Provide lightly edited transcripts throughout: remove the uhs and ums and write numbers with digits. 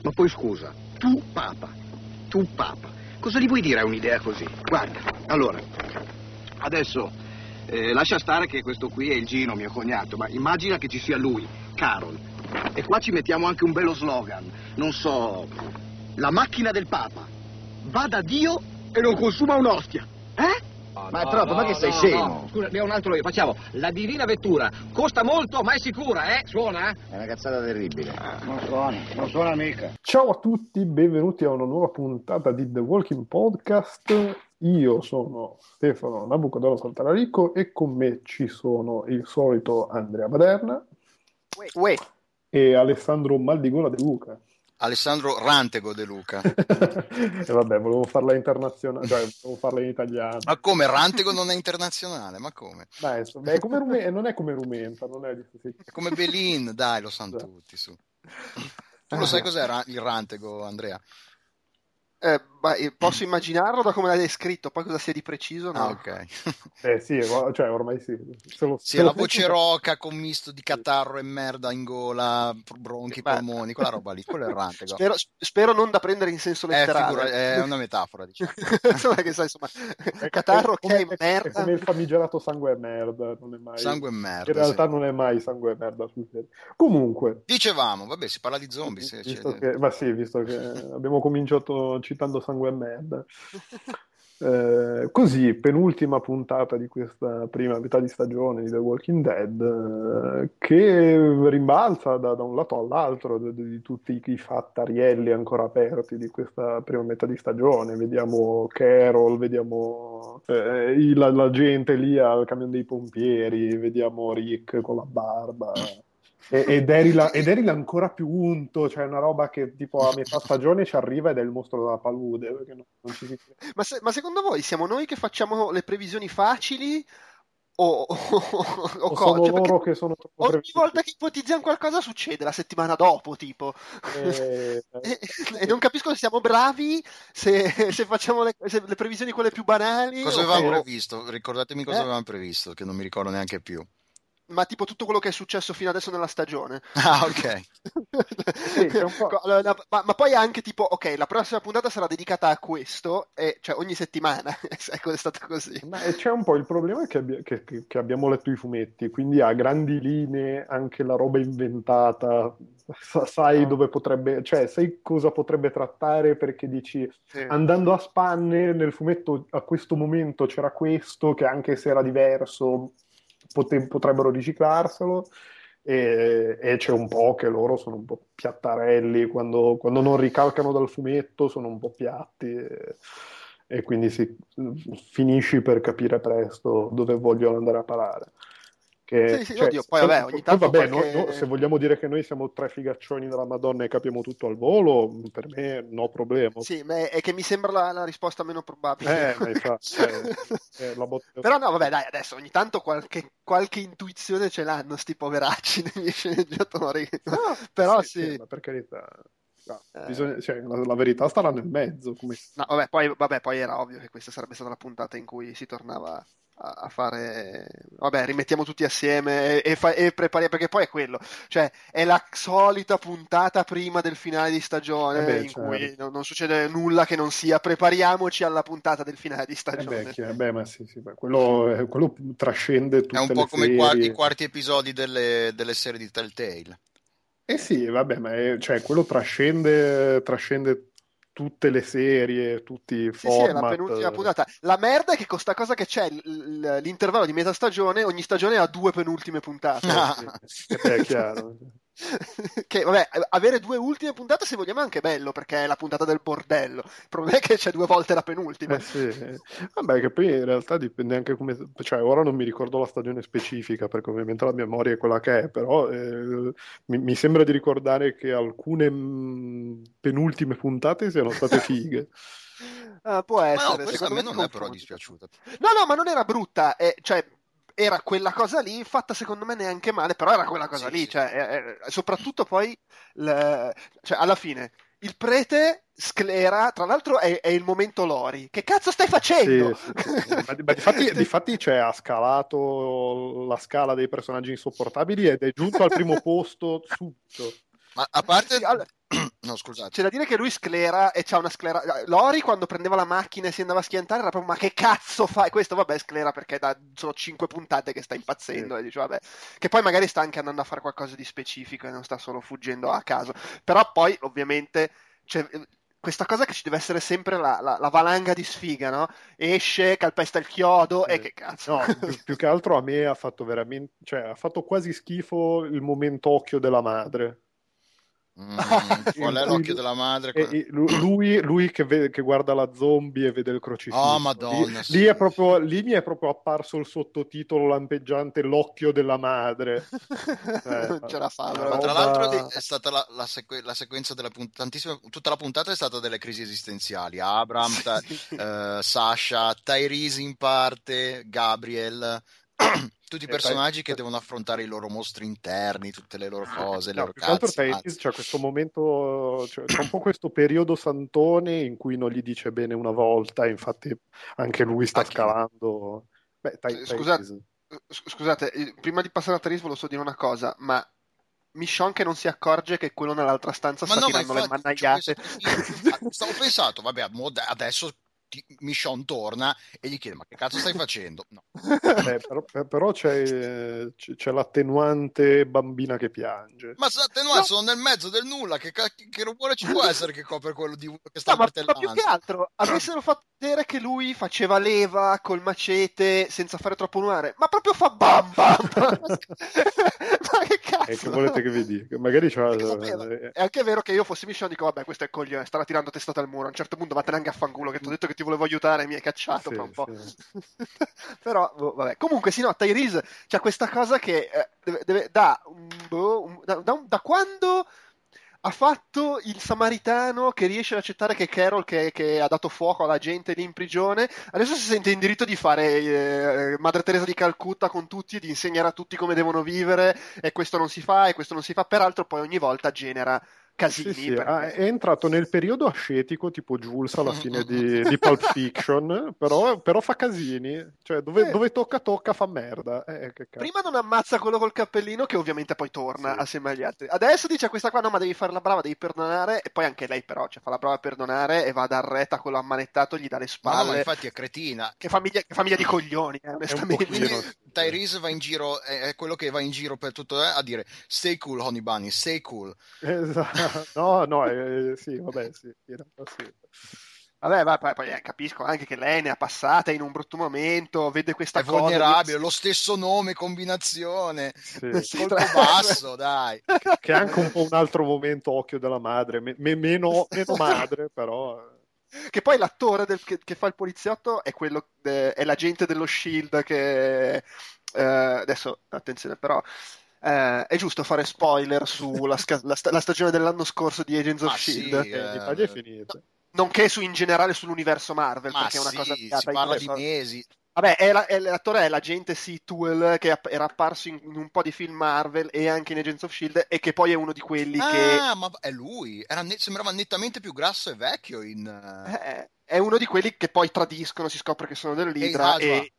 Ma poi scusa, tu papa, cosa gli vuoi dire a un'idea così? Guarda, allora, adesso lascia stare che questo qui è il Gino, mio cognato, ma immagina che ci sia lui, Carol. E qua ci mettiamo anche un bello slogan, non so, la macchina del papa, va da Dio e non consuma un'ostia, eh? Ma è troppo, ma che sei scemo? Scusa, ne ho un altro io, facciamo la divina vettura, costa molto ma è sicura, suona? È una cazzata terribile. Non suona mica. Ciao a tutti, benvenuti a una nuova puntata di The Walking Podcast. Io sono Stefano Nabucodonosor Saltararico e con me ci sono il solito Andrea Baderna e Alessandro Maldigola De Luca. Alessandro Rantego De Luca. E vabbè, volevo farla internazionale, cioè volevo farla in italiano. Ma come? Rantego non è internazionale? Ma come? Beh, non è come Rumenta, non è di È come Belin, dai, lo sanno tutti, su. Tu lo sai cos'è il Rantego, Andrea? Posso immaginarlo da come l'hai descritto, poi cosa sia di preciso, no? Ah, ok. Sì, cioè ormai sì. Sì, è la voce roca con misto di catarro e merda in gola, bronchi, polmoni, quella roba lì, quello è il Rantego. Spero non da prendere in senso letterale. È una metafora, diciamo. Che sai, insomma, catarro che è merda. È come il famigerato sangue e merda, non è mai... Sangue e merda. In realtà non è mai sangue e merda sul serio. Comunque... Dicevamo, vabbè, si parla di zombie. Visto che abbiamo cominciato citando sangue e merda. Così, penultima puntata di questa prima metà di stagione di The Walking Dead, che rimbalza da un lato all'altro di tutti i fattarielli ancora aperti di questa prima metà di stagione. Vediamo Carol, vediamo la gente lì al camion dei pompieri, vediamo Rick con la barba. E Daryl ancora più unto, cioè una roba che tipo a metà stagione ci arriva ed è il mostro della palude, perché non ci si... Ma secondo voi siamo noi che facciamo le previsioni facili o sono loro che sono troppo ogni volta che ipotizziamo qualcosa succede la settimana dopo, tipo e non capisco se siamo bravi, se facciamo le previsioni quelle più banali. Cosa avevamo previsto? Ricordatemi cosa avevamo previsto, che non mi ricordo neanche più. Ma tipo tutto quello che è successo fino adesso nella stagione. Ah, ok. Sì, c'è un po'... ma poi anche tipo, ok, la prossima puntata sarà dedicata a questo, e cioè ogni settimana ecco, è stata così. Ma c'è un po' il problema che abbiamo letto i fumetti, quindi a grandi linee anche la roba inventata, sai dove potrebbe, cioè sai cosa potrebbe trattare, perché dici, andando a spanne, nel fumetto a questo momento c'era questo, che anche se era diverso... potrebbero riciclarselo e c'è un po' che loro sono un po' piattarelli quando non ricalcano dal fumetto, sono un po' piatti e quindi finisci per capire presto dove vogliono andare a parare. Oddio, poi vabbè, ogni tanto vabbè, se vogliamo dire che noi siamo tre figaccioni della Madonna e capiamo tutto al volo, per me no problema. Sì, ma è che mi sembra la risposta meno probabile. Però no, vabbè, dai, adesso ogni tanto qualche intuizione ce l'hanno sti poveracci degli sceneggiatori. Però sì. Ma per carità. No, la verità starà nel mezzo. No, poi era ovvio che questa sarebbe stata la puntata in cui si tornava a fare, vabbè, rimettiamo tutti assieme e prepariamo, perché poi è quello, cioè è la solita puntata prima del finale di stagione cui non succede nulla che non sia prepariamoci alla puntata del finale di stagione. Ma sì, quello trascende tutte le serie. È un po' come i quarti episodi delle serie di Telltale. Sì, vabbè, ma quello trascende tutte le serie, tutti i format. Sì, è la penultima puntata. La merda è che con sta cosa che c'è l'intervallo di metà stagione, ogni stagione ha 2 penultime puntate. Sì, è chiaro. Che vabbè, avere 2 ultime puntate se vogliamo è anche bello, perché è la puntata del bordello. Il problema è che c'è 2 volte la penultima. Sì. Vabbè, che poi in realtà dipende anche come, cioè ora non mi ricordo la stagione specifica perché ovviamente la memoria è quella che è, però mi sembra di ricordare che alcune penultime puntate siano state fighe. Può essere. No, a me non è però dispiaciuta. No, ma non era brutta, cioè era quella cosa lì, fatta secondo me neanche male, però era quella cosa lì, sì. Cioè, soprattutto poi, cioè, alla fine, il prete sclera, tra l'altro è il momento Lori, che cazzo stai facendo? Sì. Ma difatti ha scalato la scala dei personaggi insopportabili ed è giunto al primo posto subito. Ma a parte... Sì, allora, No, scusate. c'è da dire che lui sclera e c'ha una sclera. Lori quando prendeva la macchina e si andava a schiantare era proprio: ma che cazzo fai? Questo vabbè sclera perché sono 5 puntate che sta impazzendo e dice vabbè, che poi magari sta anche andando a fare qualcosa di specifico e non sta solo fuggendo a caso. Però poi ovviamente c'è questa cosa che ci deve essere sempre la valanga di sfiga, no? Esce, calpesta il chiodo e che cazzo. No, più che altro a me ha fatto veramente, cioè ha fatto quasi schifo il momento occhio della madre. Qual è l'occhio della madre? Lui che guarda la zombie e vede il crocifisso. Oh, Madonna, lì, sì. lì mi è proprio apparso il sottotitolo lampeggiante l'occhio della madre. Non ce la fa, una però. Tra roba- l'altro è stata la sequenza della puntata, tutta la puntata è stata delle crisi esistenziali. Abram, Sasha, Tyrese in parte, Gabriel, tutti i personaggi che devono affrontare i loro mostri interni, tutte le loro cose, le No, loro più che altro cazzi. Tyrese c'è questo momento, c'è un po' questo periodo santone in cui non gli dice bene una volta, infatti anche lui sta scalando. Beh, Scusate, prima di passare a Taris volevo solo dire una cosa, ma Michonne che non si accorge che quello nell'altra stanza sta tirando le mannagliate. Stavo pensando, vabbè, adesso Michonne torna e gli chiede: ma che cazzo stai facendo? No. Però c'è l'attenuante bambina che piange. Ma sono nel mezzo del nulla, che rumore ci può essere che copre quello di uno che sta No, ma martellando? più che altro avessero fatto vedere che lui faceva leva col macete senza fare troppo rumore, ma proprio fa bam bam. Ma che cazzo? Che volete che vi dica? Magari è anche vero che io fossi Michonne dico vabbè, questo è il coglione, starà tirando testate al muro, a un certo punto vattene anche a fanculo che ti ho detto che ti volevo aiutare e mi hai cacciato Sì, per un po'. sì. Però vabbè, comunque sì, no, Tyrese c'ha questa cosa che da quando ha fatto il samaritano che riesce ad accettare che Carol che ha dato fuoco alla gente lì in prigione, adesso si sente in diritto di fare Madre Teresa di Calcutta con tutti e di insegnare a tutti come devono vivere e questo non si fa e questo non si fa, peraltro poi ogni volta genera casini. Sì. È entrato nel periodo ascetico tipo Jules alla fine di Pulp Fiction, però fa casini, cioè dove tocca fa merda. Che cazzo. Prima non ammazza quello col cappellino che ovviamente poi torna assieme agli altri. Adesso dice questa qua no, ma devi fare la brava, devi perdonare, e poi anche lei però fa la brava a perdonare e va dal re quello ammanettato, gli dà le spalle. No, ma infatti è cretina. Che famiglia di coglioni, onestamente. Quindi Tyrese va in giro, è quello che va in giro per tutto a dire stay cool honey bunny, stay cool. Esatto. Sì, vabbè, sì, in realtà sì. Vabbè, poi capisco anche che lei ne ha passata in un brutto momento, vede questa cosa. È vulnerabile, lo stesso nome, combinazione, colpo basso, dai. Che è anche un po' un altro momento occhio della madre, meno madre, però... Che poi l'attore che fa il poliziotto è quello è l'agente dello SHIELD che... adesso, attenzione però... è giusto fare spoiler sulla la stagione dell'anno scorso di Agents of S.H.I.E.L.D.? L'Italia è finita. Nonché in generale sull'universo Marvel, perché è una cosa... si parla di mesi. Vabbè, l'attore è l'agente Sitwell che era apparso in un po' di film Marvel e anche in Agents of S.H.I.E.L.D. e che poi è uno di quelli che... Ah, ma è lui! Sembrava nettamente più grasso e vecchio in... È uno di quelli che poi tradiscono, si scopre che sono dell'Hydra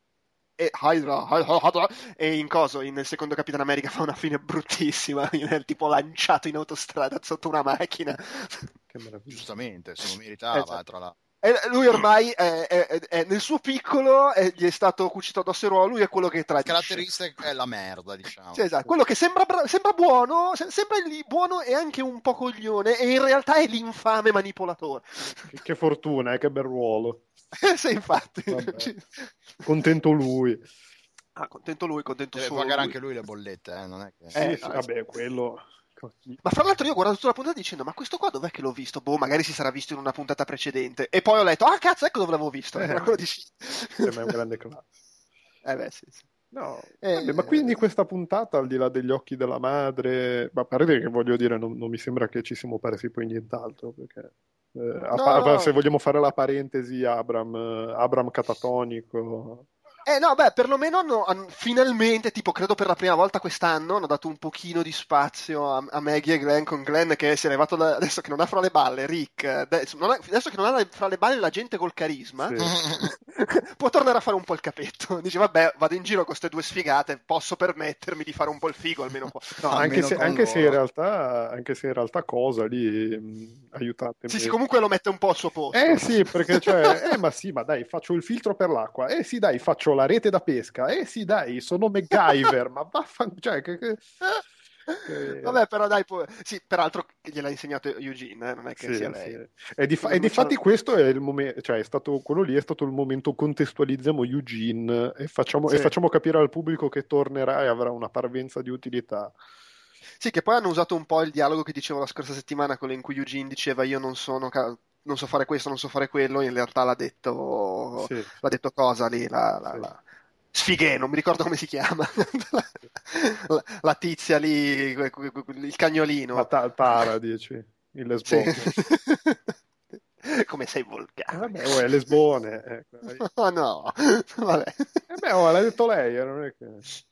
e in coso, nel secondo Capitan America fa una fine bruttissima, viene tipo lanciato in autostrada sotto una macchina. Che meraviglia. Giustamente, se lo meritava, esatto. tra l'altro. E lui ormai è nel suo piccolo gli è stato cucito addosso il ruolo, lui è quello che tradisce. La caratteristica è la merda, diciamo. Sì, esatto. Quello che sembra buono, sembra buono e anche un po' coglione, e in realtà è l'infame manipolatore. Che fortuna, che bel ruolo. Sì, infatti. Contento lui. Contento lui, contento suo. Deve pagare anche lui le bollette, non è che... Sì, vabbè, quello... Ma fra l'altro io ho guardato tutta la puntata dicendo ma questo qua dov'è che l'ho visto? Boh, magari si sarà visto in una puntata precedente. E poi ho letto, cazzo, ecco dove l'avevo visto. Era quello di è un grande classe. Beh, sì. No, ma quindi questa puntata, al di là degli occhi della madre, ma a parte che voglio dire, non mi sembra che ci siamo persi poi nient'altro, perché se vogliamo fare la parentesi Abram catatonico... No, beh, perlomeno finalmente, tipo, credo per la prima volta quest'anno, hanno dato un pochino di spazio a Maggie e Glenn, con Glenn che si è levato adesso che non ha fra le balle Rick, adesso che non ha fra le balle la gente col carisma, sì. può tornare a fare un po' il capetto. Dice, vabbè, vado in giro con queste due sfigate, posso permettermi di fare un po' il figo almeno qua. No, Almeno con anche se loro. anche se in realtà cosa lì, aiutatemi. Sì, comunque lo mette un po' al suo posto. Sì, perché cioè, ma sì, ma dai, faccio il filtro per l'acqua. Sì, dai, faccio la rete da pesca. Sì, dai, sono MacGyver, ma cioè, Vabbè, però dai, sì, peraltro gliel'ha insegnato Eugene, non è che sì, sia sì. lei. E difatti questo è il momento, cioè è stato, quello lì è stato il momento contestualizziamo Eugene e Sì. facciamo capire al pubblico che tornerà e avrà una parvenza di utilità. Sì, che poi hanno usato un po' il dialogo che dicevo la scorsa settimana, quello in cui Eugene diceva io non sono, non so fare questo, non so fare quello, in realtà Sì, l'ha detto cosa lì, sì. Sfighe, non mi ricordo come si chiama, la tizia lì, il cagnolino. Tara, dici, il Sì. lesbone. Come sei volgare. Vabbè, è lesbone. Ecco. Oh no, vabbè. Beh, l'ha detto lei, non è che...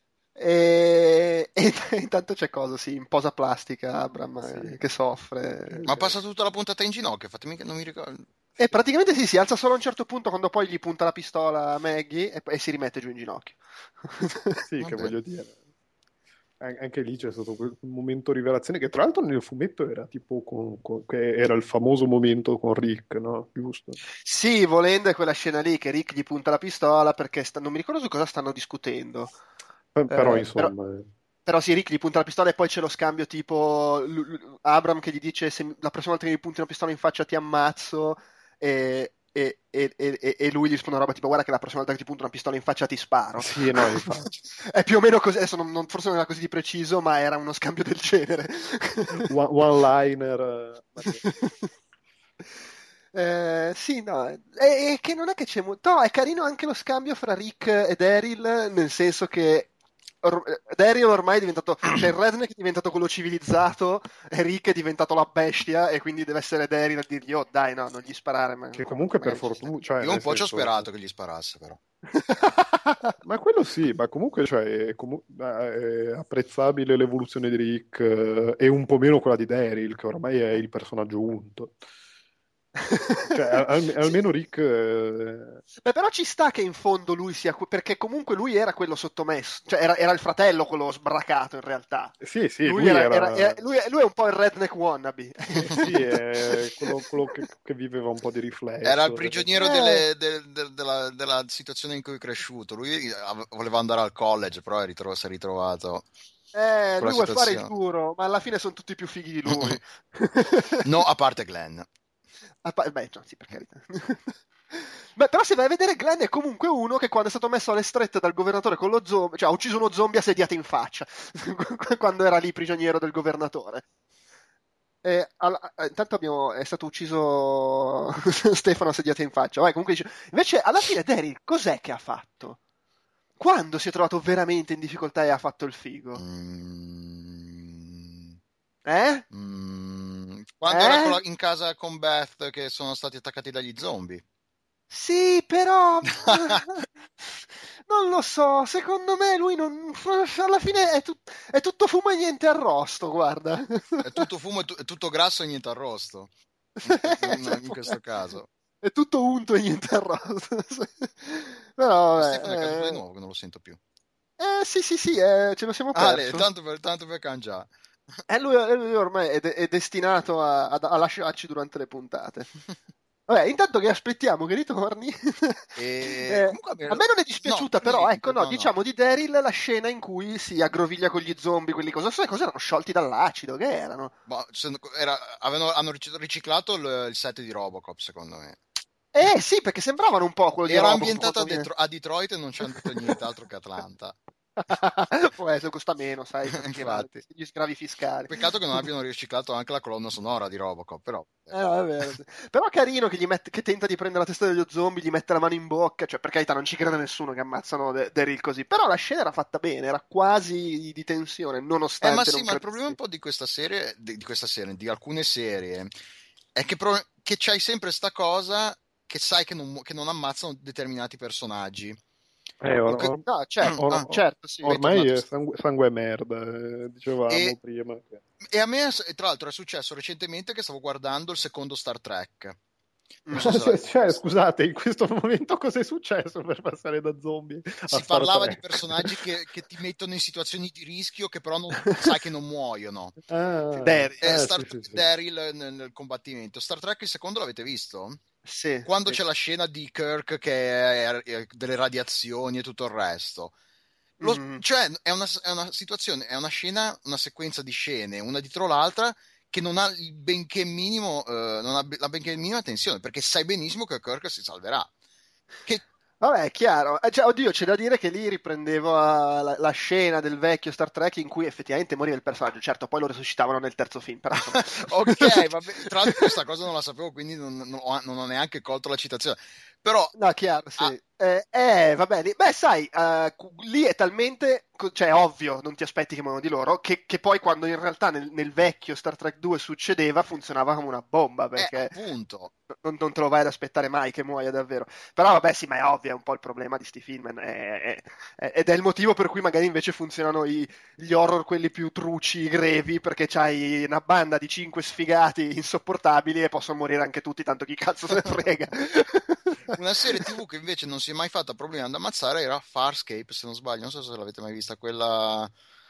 E intanto c'è cosa, sì, in posa plastica, Abram, Sì. che soffre. Ma passa tutta la puntata in ginocchio, fatemi che non mi ricordo. E praticamente sì, si alza solo a un certo punto quando poi gli punta la pistola a Maggie e si rimette giù in ginocchio. Sì, che Vabbè. voglio dire. Anche lì c'è stato quel momento rivelazione che tra l'altro nel fumetto era tipo che era il famoso momento con Rick, no? Giusto? Sì, volendo è quella scena lì che Rick gli punta la pistola perché non mi ricordo su cosa stanno discutendo. Però Però, insomma, però sì, Rick gli punta la pistola e poi c'è lo scambio tipo Abram che gli dice la prossima volta che mi punti una pistola in faccia ti ammazzo e lui gli risponde una roba tipo guarda che la prossima volta che ti punto una pistola in faccia ti sparo. sì, no, infatti. È più o meno così, adesso forse non era così di preciso, ma era uno scambio del genere. One-liner. Sì, no, è che non è che c'è molto. No, è carino anche lo scambio fra Rick e Daryl, nel senso che Daryl ormai è diventato, cioè il redneck è diventato quello civilizzato e Rick è diventato la bestia e quindi deve essere Daryl a dirgli oh dai no, non gli sparare. Che comunque per magari fortuna... Cioè, Io un nel po' ci ho senso... sperato che gli sparasse, però. Ma quello sì, ma comunque cioè, è apprezzabile l'evoluzione di Rick e un po' meno quella di Daryl, che ormai è il personaggio unto. Cioè, Sì. almeno Rick... Beh, però ci sta che in fondo lui sia, perché comunque lui era quello sottomesso, cioè era il fratello quello sbracato in realtà. Sì, sì, Lui, lui era... lui è un po' il redneck wannabe. Sì, è quello che viveva un po' di Era il riflesso. prigioniero Eh, della situazione in cui è cresciuto. Lui voleva andare al college, però si è ritrovato in quella lui vuole fare il situazione. duro, ma alla fine sono tutti più fighi di lui. No, a parte Glenn. Beh, no, sì, per carità. Beh, però se vai a vedere Glenn è comunque uno che quando è stato messo alle strette dal governatore con lo zombie, cioè ha ucciso uno zombie a sediate in faccia, quando era lì prigioniero del governatore. Intanto è stato ucciso Stefano a sediate in faccia. Vai, comunque invece alla fine Daryl cos'è che ha fatto? Quando si è trovato veramente in difficoltà e ha fatto il figo? Mm, Eh? quando era Eh? in casa con Beth che sono stati attaccati dagli zombie. Sì, però non lo so, secondo me lui non alla fine è tutto fumo e niente arrosto, guarda. È tutto fumo, è tutto grasso e niente arrosto. In questo caso. È tutto unto e niente arrosto. Però Ma vabbè, Stefano è caduto di nuovo, che non lo sento più. sì, sì, sì, ce lo siamo Ah, perso. tanto per cangiare. Lui ormai è destinato a lasciarci durante le puntate. Vabbè, intanto che aspettiamo che ritorni, Comunque, a me non è no, dispiaciuta, però, niente, ecco, no, no. diciamo di Daryl la scena in cui si aggroviglia con gli zombie, quelli cosa erano sciolti dall'acido, che erano? Ma hanno riciclato il set di Robocop, secondo me. Sì, perché sembravano un po' quello di Era Robocop ambientato quando viene... a Detroit e non c'è detto nient'altro che Atlanta. Può essere, costa meno, sai, per Infatti. gli sgravi fiscali. Peccato che non abbiano riciclato anche la colonna sonora di Robocop, però. No, è vero, sì. Però carino che, che tenta di prendere la testa dello zombie, gli mette la mano in bocca, cioè per carità non ci crede nessuno che ammazzano Daryl così, però la scena era fatta bene, era quasi di tensione, nonostante Ma sì, non ma il problema un po' di questa serie, di alcune serie, è che c'hai sempre sta cosa che sai che non ammazzano determinati personaggi. No, certo, certo, sì. Ormai Bentornato. è sangue e merda, dicevamo E, prima. e a me, tra l'altro, è successo recentemente che stavo guardando il secondo Star Trek. Non so se Cioè, scusate, in questo momento cosa è successo per passare da zombie a si Star parlava Trek? di personaggi che ti mettono in situazioni di rischio che però sai che non muoiono. Daryl. Star Sì, Trek sì, sì. Daryl nel combattimento. Star Trek il secondo l'avete visto? Sì, Quando sì. c'è la scena di Kirk che è delle radiazioni e tutto il resto. Cioè, è una situazione, è una scena, una sequenza di scene, una dietro l'altra, che non ha il benché minimo, non ha la benché minima tensione, perché sai benissimo che Kirk si salverà. Che Vabbè, è chiaro. Cioè, oddio, c'è da dire che lì riprendevo la scena del vecchio Star Trek in cui effettivamente moriva il personaggio. Certo, poi lo resuscitavano nel terzo film, però insomma. ok, vabbè, tra l'altro questa cosa non la sapevo, quindi non ho neanche colto la citazione. Però No, chiaro, sì. ah, Vabbè, beh, sai, lì è talmente, cioè, è ovvio, non ti aspetti che muoiono di loro, che poi quando in realtà nel vecchio Star Trek 2 succedeva, funzionava come una bomba, perché appunto. non te lo vai ad aspettare mai che muoia davvero. Però vabbè, sì, ma è ovvio, è un po' il problema di sti film, ed è il motivo per cui magari invece funzionano gli horror, quelli più truci, grevi, perché c'hai una banda di 5 sfigati insopportabili e possono morire anche tutti, tanto chi cazzo se ne frega. Una serie TV che invece non si è mai fatta problemi ad ammazzare era Farscape, se non sbaglio, non so se l'avete mai vista, quella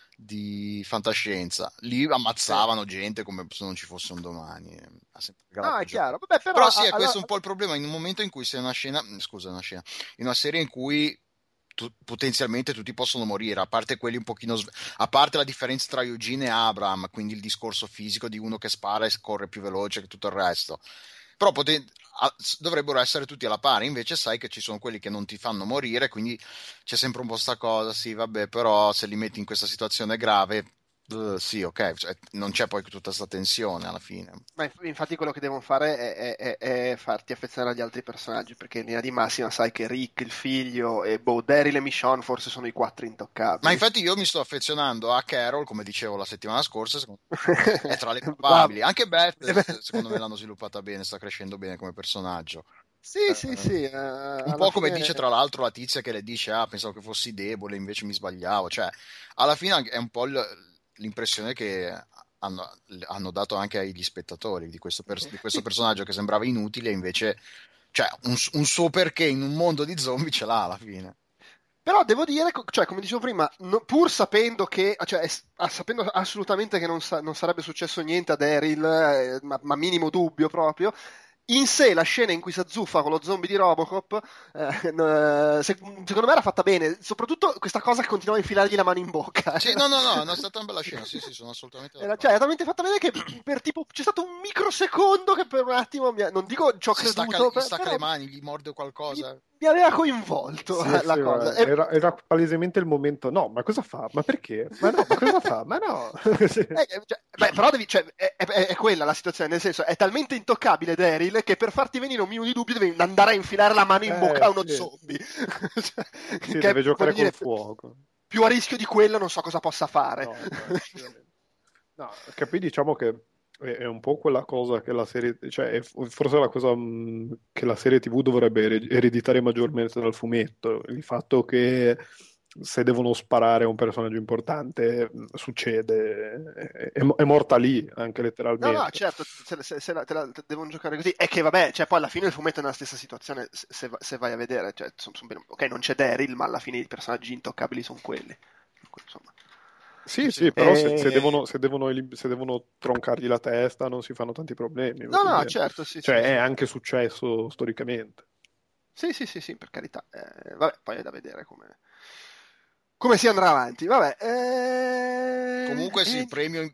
di fantascienza. Lì Sì. ammazzavano gente come se non ci fosse un domani. Ha sempre No, regalato è gioco. chiaro. Vabbè, però Però sì, è questo un po' il problema in un momento in cui sei una scena, in una serie in cui potenzialmente tutti possono morire, a parte quelli un pochino, a parte la differenza tra Eugene e Abram, quindi il discorso fisico di uno che spara e corre più veloce che tutto il resto. Però dovrebbero essere tutti alla pari, invece sai che ci sono quelli che non ti fanno morire, quindi c'è sempre un po' sta cosa, sì, vabbè, però se li metti in questa situazione grave, sì, ok, cioè, non c'è poi tutta questa tensione alla fine. Ma infatti quello che devono fare è farti affezionare agli altri personaggi, perché in linea di massima sai che Rick, il figlio, e Daryl e Michonne forse sono i 4 Ma intoccabili. infatti io mi sto affezionando a Carol, come dicevo la settimana scorsa, è tra le Bravo. papabili. Anche Beth, secondo me l'hanno sviluppata bene, sta crescendo bene come personaggio. Sì, sì, Eh, sì, un alla po' come fine... dice tra l'altro la tizia che le dice, ah, pensavo che fossi debole, invece mi sbagliavo. Cioè, alla fine è un po' l'impressione che hanno dato anche agli spettatori di questo Sì, personaggio che sembrava inutile, invece, cioè, un suo perché in un mondo di zombie ce l'ha alla fine. però devo dire, cioè, come dicevo prima, pur sapendo che, cioè, sapendo assolutamente che non sarebbe successo niente a Daryl, ma minimo dubbio proprio, in sé la scena in cui si azzuffa con lo zombie di Robocop, secondo me era fatta bene, soprattutto questa cosa che continuava a infilargli la mano in bocca. Sì, no, è stata una bella scena, sì, sono assolutamente d'accordo. Cioè, è talmente fatta bene che c'è stato un microsecondo che per un attimo, non dico ci ho Si stacca, creduto, gli stacca però le mani, gli morde mi, qualcosa. mi aveva coinvolto Sì, la sì, cosa. ma era palesemente il momento. No, ma cosa fa? Ma perché? Ma no, ma cosa fa? Ma no. Sì. Cioè, beh, però cioè, è quella la situazione, nel senso, è talmente intoccabile Daryl che per farti venire un minimo di dubbio devi andare a infilare la mano in bocca a uno Sì. zombie. Cioè, Sì, che, deve giocare voglio dire, col fuoco. più a rischio di quello non so cosa possa fare. No, decisamente. No, capì, diciamo che è un po' quella cosa che la serie, cioè è forse la cosa che la serie TV dovrebbe ereditare maggiormente dal fumetto, il fatto che se devono sparare a un personaggio importante succede, è morta lì anche No, no, letteralmente. certo, te devono giocare così. È che vabbè, cioè, poi alla fine il fumetto è nella stessa situazione, se vai a vedere. Cioè, ok, non c'è Daryl, ma alla fine i personaggi intoccabili sono quelli. Insomma. Sì, Sì. sì, però se E... devono troncargli la testa non si fanno tanti problemi, No, voglio no, dire. certo, sì, Cioè sì, è sì. anche successo storicamente. Sì, sì, sì, sì, per carità. Vabbè, poi è da vedere come si andrà avanti. Vabbè, Comunque sì,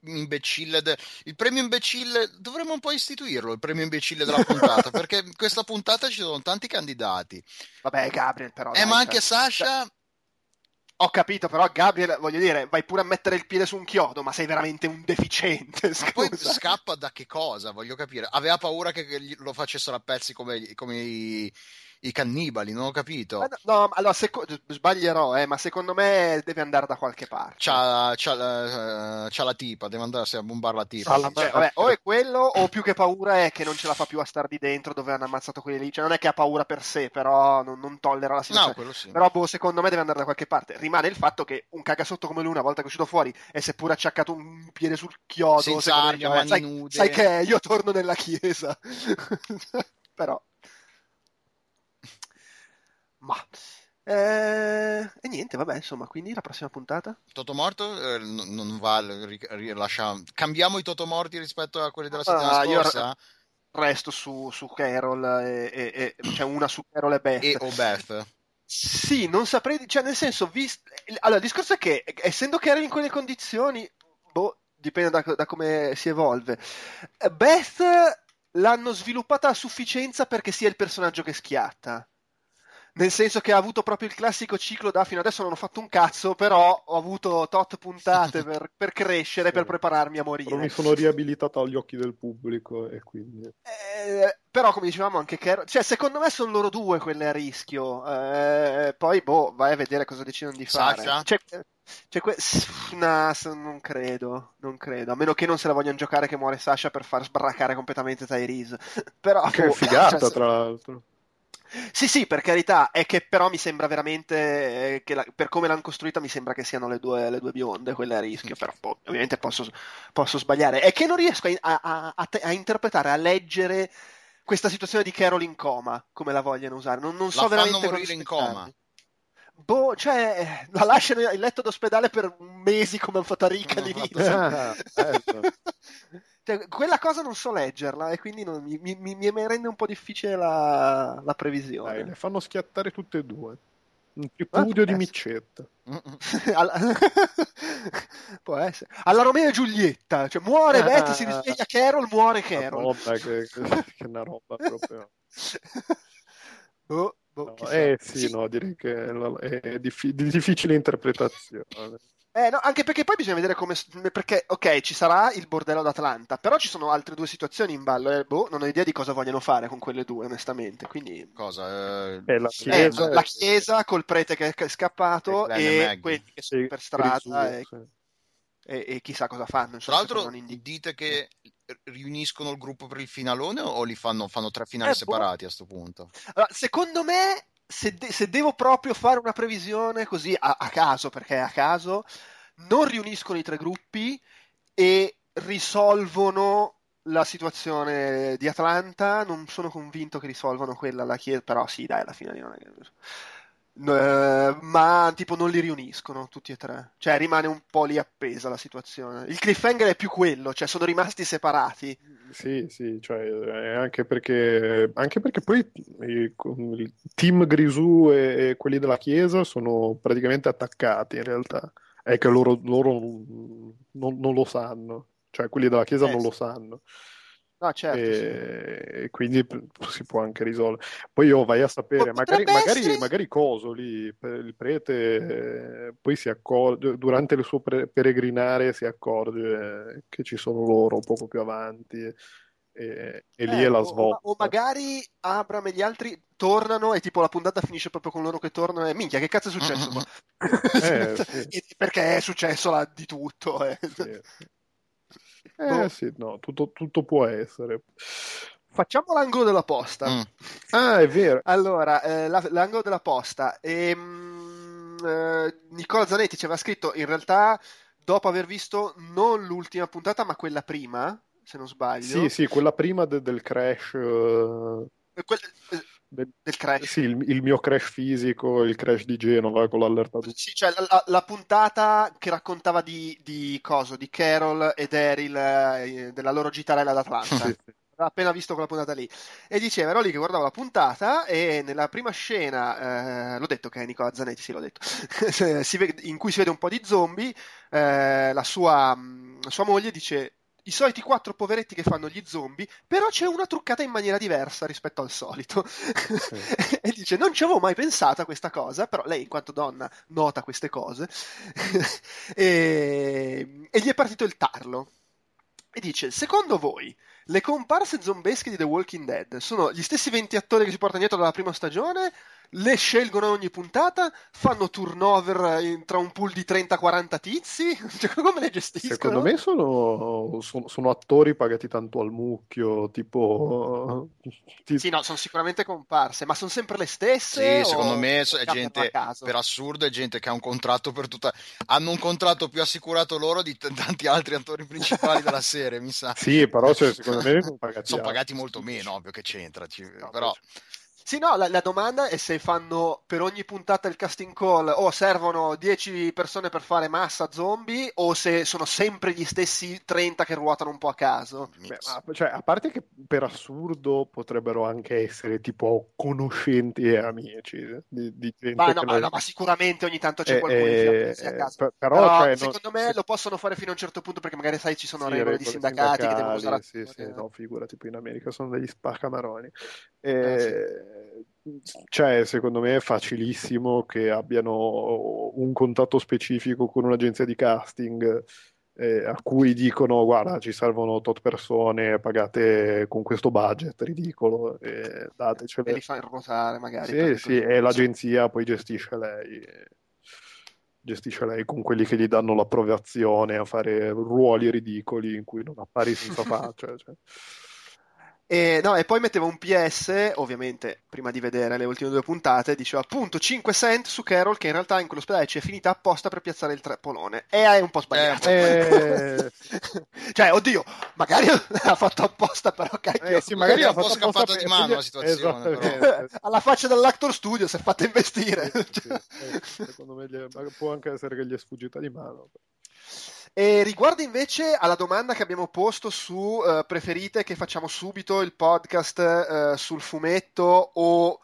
il premio imbecille dovremmo un po' istituirlo, il premio imbecille della puntata, perché in questa puntata ci sono tanti candidati. vabbè, Gabriel, però, dai, Ma cioè, anche Sasha, ho capito, però, Gabriel, voglio dire, vai pure a mettere il piede su un chiodo, ma sei veramente un deficiente, ma poi scusa. scappa da che cosa? Voglio capire. Aveva paura che lo facessero a pezzi come i cannibali, non ho capito. No, allora, sbaglierò, ma secondo me deve andare da qualche parte. C'ha la tipa, deve andare a bombare la tipa. Cioè, vabbè, o è quello, o più che paura è che non ce la fa più a star di dentro dove hanno ammazzato quelli lì. Cioè, non è che ha paura per sé, però non tollera la No, situazione. quello sì. Però, secondo me deve andare da qualche parte. Rimane il fatto che un cagasotto come lui, una volta che è uscito fuori, e seppur acciaccato un piede sul chiodo, Senza secondo me armi, dice, a "Vabbè, mani sai nude. che io torno nella chiesa." Però... Ma... E niente, vabbè, insomma, quindi la prossima puntata? Totomorto non va, cambiamo i Totomorti rispetto a quelli della settimana Io scorsa? resto su Carol, cioè una su Carol e Beth. E o Beth? Sì, non saprei, cioè nel senso, allora il discorso è che essendo Carol in quelle condizioni, dipende da come si evolve. Beth l'hanno sviluppata a sufficienza perché sia il personaggio che schiatta. Nel senso che ha avuto proprio il classico ciclo da fino adesso non ho fatto un cazzo, però ho avuto tot puntate per crescere, Sì. per prepararmi a morire. Però mi sono riabilitato agli occhi del pubblico e quindi... Però come dicevamo anche Carol, cioè secondo me sono loro due quelle a rischio, poi vai a vedere cosa decidono di fare. Sasha? Non credo, a meno che non se la vogliano giocare che muore Sasha per far sbraccare completamente Tyrese. Però, Che figata, cioè, tra l'altro. sì, per carità, è che però mi sembra veramente che per come l'hanno costruita mi sembra che siano le due bionde quelle a rischio, però ovviamente posso sbagliare. È che non riesco a interpretare, a leggere questa situazione di Carol in coma, come la vogliono usare. Non so La fanno veramente morire in coma. Cioè, la lasciano in letto d'ospedale per mesi come hanno fatto a Rick all'inizio. Cioè, quella cosa non so leggerla e quindi mi rende un po' difficile la previsione. Dai, le fanno schiattare tutte e due. Un tripudio di miccetta. Può essere. Alla Romeo e Giulietta, cioè muore Beth, si risveglia Carol, muore Carol. Che è una roba proprio. Chissà. No, direi che è di difficile interpretazione. No, anche perché poi bisogna vedere perché, ok, ci sarà il bordello d'Atlanta, però ci sono altre due situazioni in ballo, non ho idea di cosa vogliono fare con quelle due, onestamente, quindi... Cosa? La chiesa col prete che è scappato e quelli che sono per strada e chissà cosa fanno. Tra l'altro dite che riuniscono il gruppo per il finalone o li fanno 3 finali separati a sto punto? Allora, secondo me, se devo proprio fare una previsione così a caso, perché è a caso, non riuniscono i 3 gruppi e risolvono la situazione di Atlanta. Non sono convinto che risolvano quella alla Chiesa, però sì, dai, alla fine non è che... ma tipo non li riuniscono tutti e 3, cioè rimane un po' lì appesa la situazione. Il cliffhanger è più quello, cioè sono rimasti separati. Sì, cioè anche perché poi il team Grisù e quelli della Chiesa sono praticamente attaccati in realtà, è che loro non lo sanno, cioè quelli della Chiesa non lo sanno. No, certo, E quindi si può anche risolvere. Poi vai a sapere, magari coso lì, il prete poi si accorge, durante il suo peregrinare si accorge che ci sono loro poco più avanti e lì è la svolta. O magari Abram e gli altri tornano e tipo la puntata finisce proprio con loro che tornano e minchia, che cazzo è successo qua? Sì. Perché è successo di tutto. Sì. Sì, no, tutto può essere. Facciamo l'angolo della posta. Ah, è vero. Allora, l'angolo della posta. Nicola Zanetti ci aveva scritto, in realtà, dopo aver visto non l'ultima puntata, ma quella prima, se non sbaglio. Sì, quella prima del crash. Del crash. Sì, il mio crash fisico, il crash di Genova con l'allerta. Sì, cioè la puntata che raccontava di Carol e Daryl della loro gitarella d'Atlanta. Sì. Aveva appena visto quella puntata lì e diceva, ero lì che guardavo la puntata e nella prima scena, l'ho detto che è Nicola Zanetti, sì l'ho detto, in cui si vede un po' di zombie, la sua moglie dice: i soliti 4 poveretti che fanno gli zombie, però c'è una truccata in maniera diversa rispetto al solito. E dice, non ci avevo mai pensato a questa cosa, però lei in quanto donna nota queste cose. e gli è partito il tarlo. E dice, secondo voi le comparse zombesche di The Walking Dead sono gli stessi 20 attori che si portano dietro dalla prima stagione le scelgono ogni puntata, fanno turnover tra un pool di 30-40 tizi, cioè, come le gestiscono? Secondo me sono attori pagati tanto al mucchio, tipo... Sì, no, sono sicuramente comparse, ma sono sempre le stesse? Sì, secondo me è cambiano gente, a caso? per assurdo, è gente che ha un contratto per tutta... Hanno un contratto più assicurato loro di tanti altri attori principali della serie, mi sa. Sì, però cioè, secondo me sono pagati molto meno, ovvio che c'entra, No, però... Sì, no, la domanda è se fanno per ogni puntata il casting call o servono 10 persone per fare massa zombie o se sono sempre gli stessi 30 che ruotano un po' a caso. Beh, cioè, a parte che per assurdo potrebbero anche essere tipo conoscenti e amici di gente Ma che no, ma sicuramente ogni tanto c'è qualcuno in fila che sia a caso. però cioè, secondo me lo possono fare fino a un certo punto perché magari sai ci sono sì, regole di sindacati che devono usare. sì, no, figura, tipo in America sono degli spaccamaroni. Sì. Cioè, secondo me è facilissimo che abbiano un contatto specifico con un'agenzia di casting a cui dicono guarda, ci servono tot persone pagate con questo budget ridicolo, datecele. E li fa ruotare magari. Sì, e l'agenzia poi gestisce lei con quelli che gli danno l'approvazione a fare ruoli ridicoli in cui non appari senza faccia. Cioè. E poi metteva un PS, ovviamente, prima di vedere le ultime 2 puntate, diceva appunto 5 cent su Carol, che in realtà in quell'ospedale ci è finita apposta per piazzare il trappolone. E è un po' sbagliato. Cioè, oddio, magari ha fatto apposta, però cacchio. Sì, magari ha un po' scappato di mano la situazione. Però. Alla faccia dell'Actor Studio si è fatta investire. Secondo me può anche essere che gli è sfuggita di mano. E riguardo invece alla domanda che abbiamo posto su preferite che facciamo subito il podcast sul fumetto o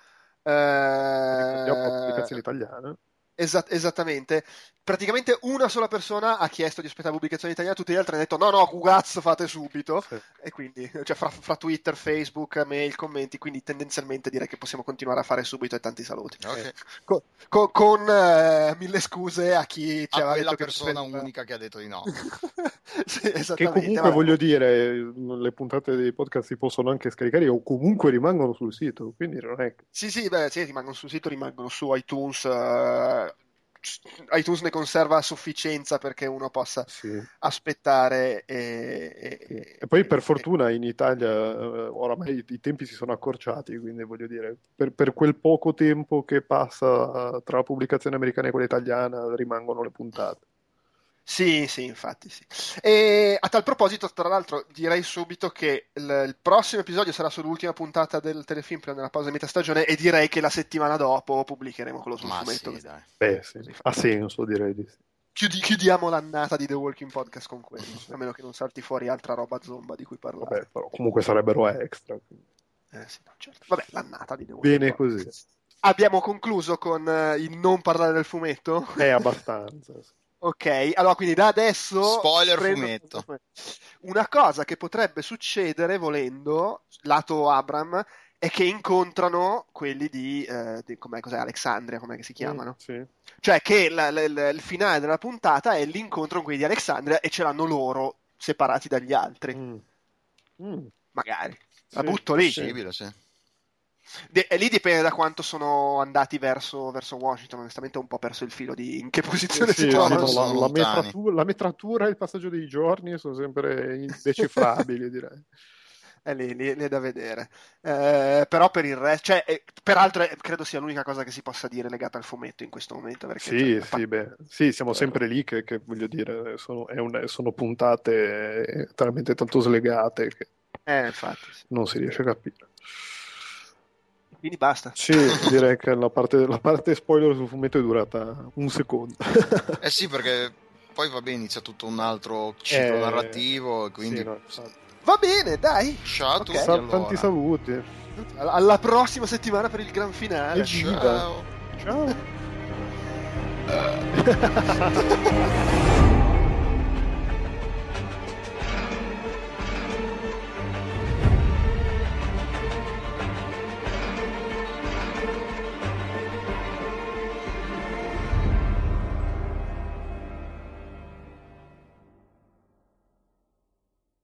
pubblicazioni italiane. Esattamente, praticamente una sola persona ha chiesto di aspettare pubblicazione italiana, tutti gli altri hanno detto no, cugazzo, fate subito. Sì. E quindi, cioè fra Twitter, Facebook, mail, commenti, quindi tendenzialmente direi che possiamo continuare a fare subito e tanti saluti. Okay. Con mille scuse a chi ci aveva detto quella persona unica che ha detto di no. Sì, che comunque voglio dire, le puntate dei podcast si possono anche scaricare o comunque rimangono sul sito, quindi non è che... Sì, rimangono sul sito, rimangono su iTunes. iTunes ne conserva a sufficienza perché uno possa aspettare e poi per fortuna in Italia oramai i tempi si sono accorciati, quindi voglio dire per quel poco tempo che passa tra la pubblicazione americana e quella italiana rimangono le puntate. Sì, infatti sì. E a tal proposito, tra l'altro, direi subito che il prossimo episodio sarà sull'ultima puntata del telefilm prima della pausa di metà stagione e direi che la settimana dopo pubblicheremo quello sul fumetto. Sì, dai. Beh, sì. Ha senso, direi di sì. Chiudiamo l'annata di The Walking Podcast con quello, a meno che non salti fuori altra roba zomba di cui parlare. Vabbè, però comunque sarebbero extra. Sì, no, certo. Vabbè, l'annata di The Walking Bene Podcast. così. Abbiamo concluso con il non parlare del fumetto? Abbastanza. Ok, allora quindi da adesso... Spoiler fumetto. Una cosa che potrebbe succedere, volendo, lato Abram, è che incontrano quelli di cos'è, Alexandria, com'è che si chiamano? Sì. Cioè che il finale della puntata è l'incontro con quelli di Alexandria e ce l'hanno loro separati dagli altri. Magari. La butto lì. Possibile, sì. E lì dipende da quanto sono andati verso Washington. Onestamente ho un po' perso il filo di in che posizione si trovano. La metratura e il passaggio dei giorni sono sempre indecifrabili, direi. Lì è da vedere. Però per il resto, peraltro credo sia l'unica cosa che si possa dire legata al fumetto in questo momento. Perché siamo sempre lì che voglio dire, sono puntate talmente tanto slegate che infatti, sì. non si riesce a capire. Quindi basta. Sì, direi che la parte spoiler sul fumetto è durata un secondo. Sì, perché poi inizia tutto un altro ciclo narrativo, quindi... Va bene, dai. Ciao a tutti, tanti saluti. Alla prossima settimana per il gran finale. Ciao.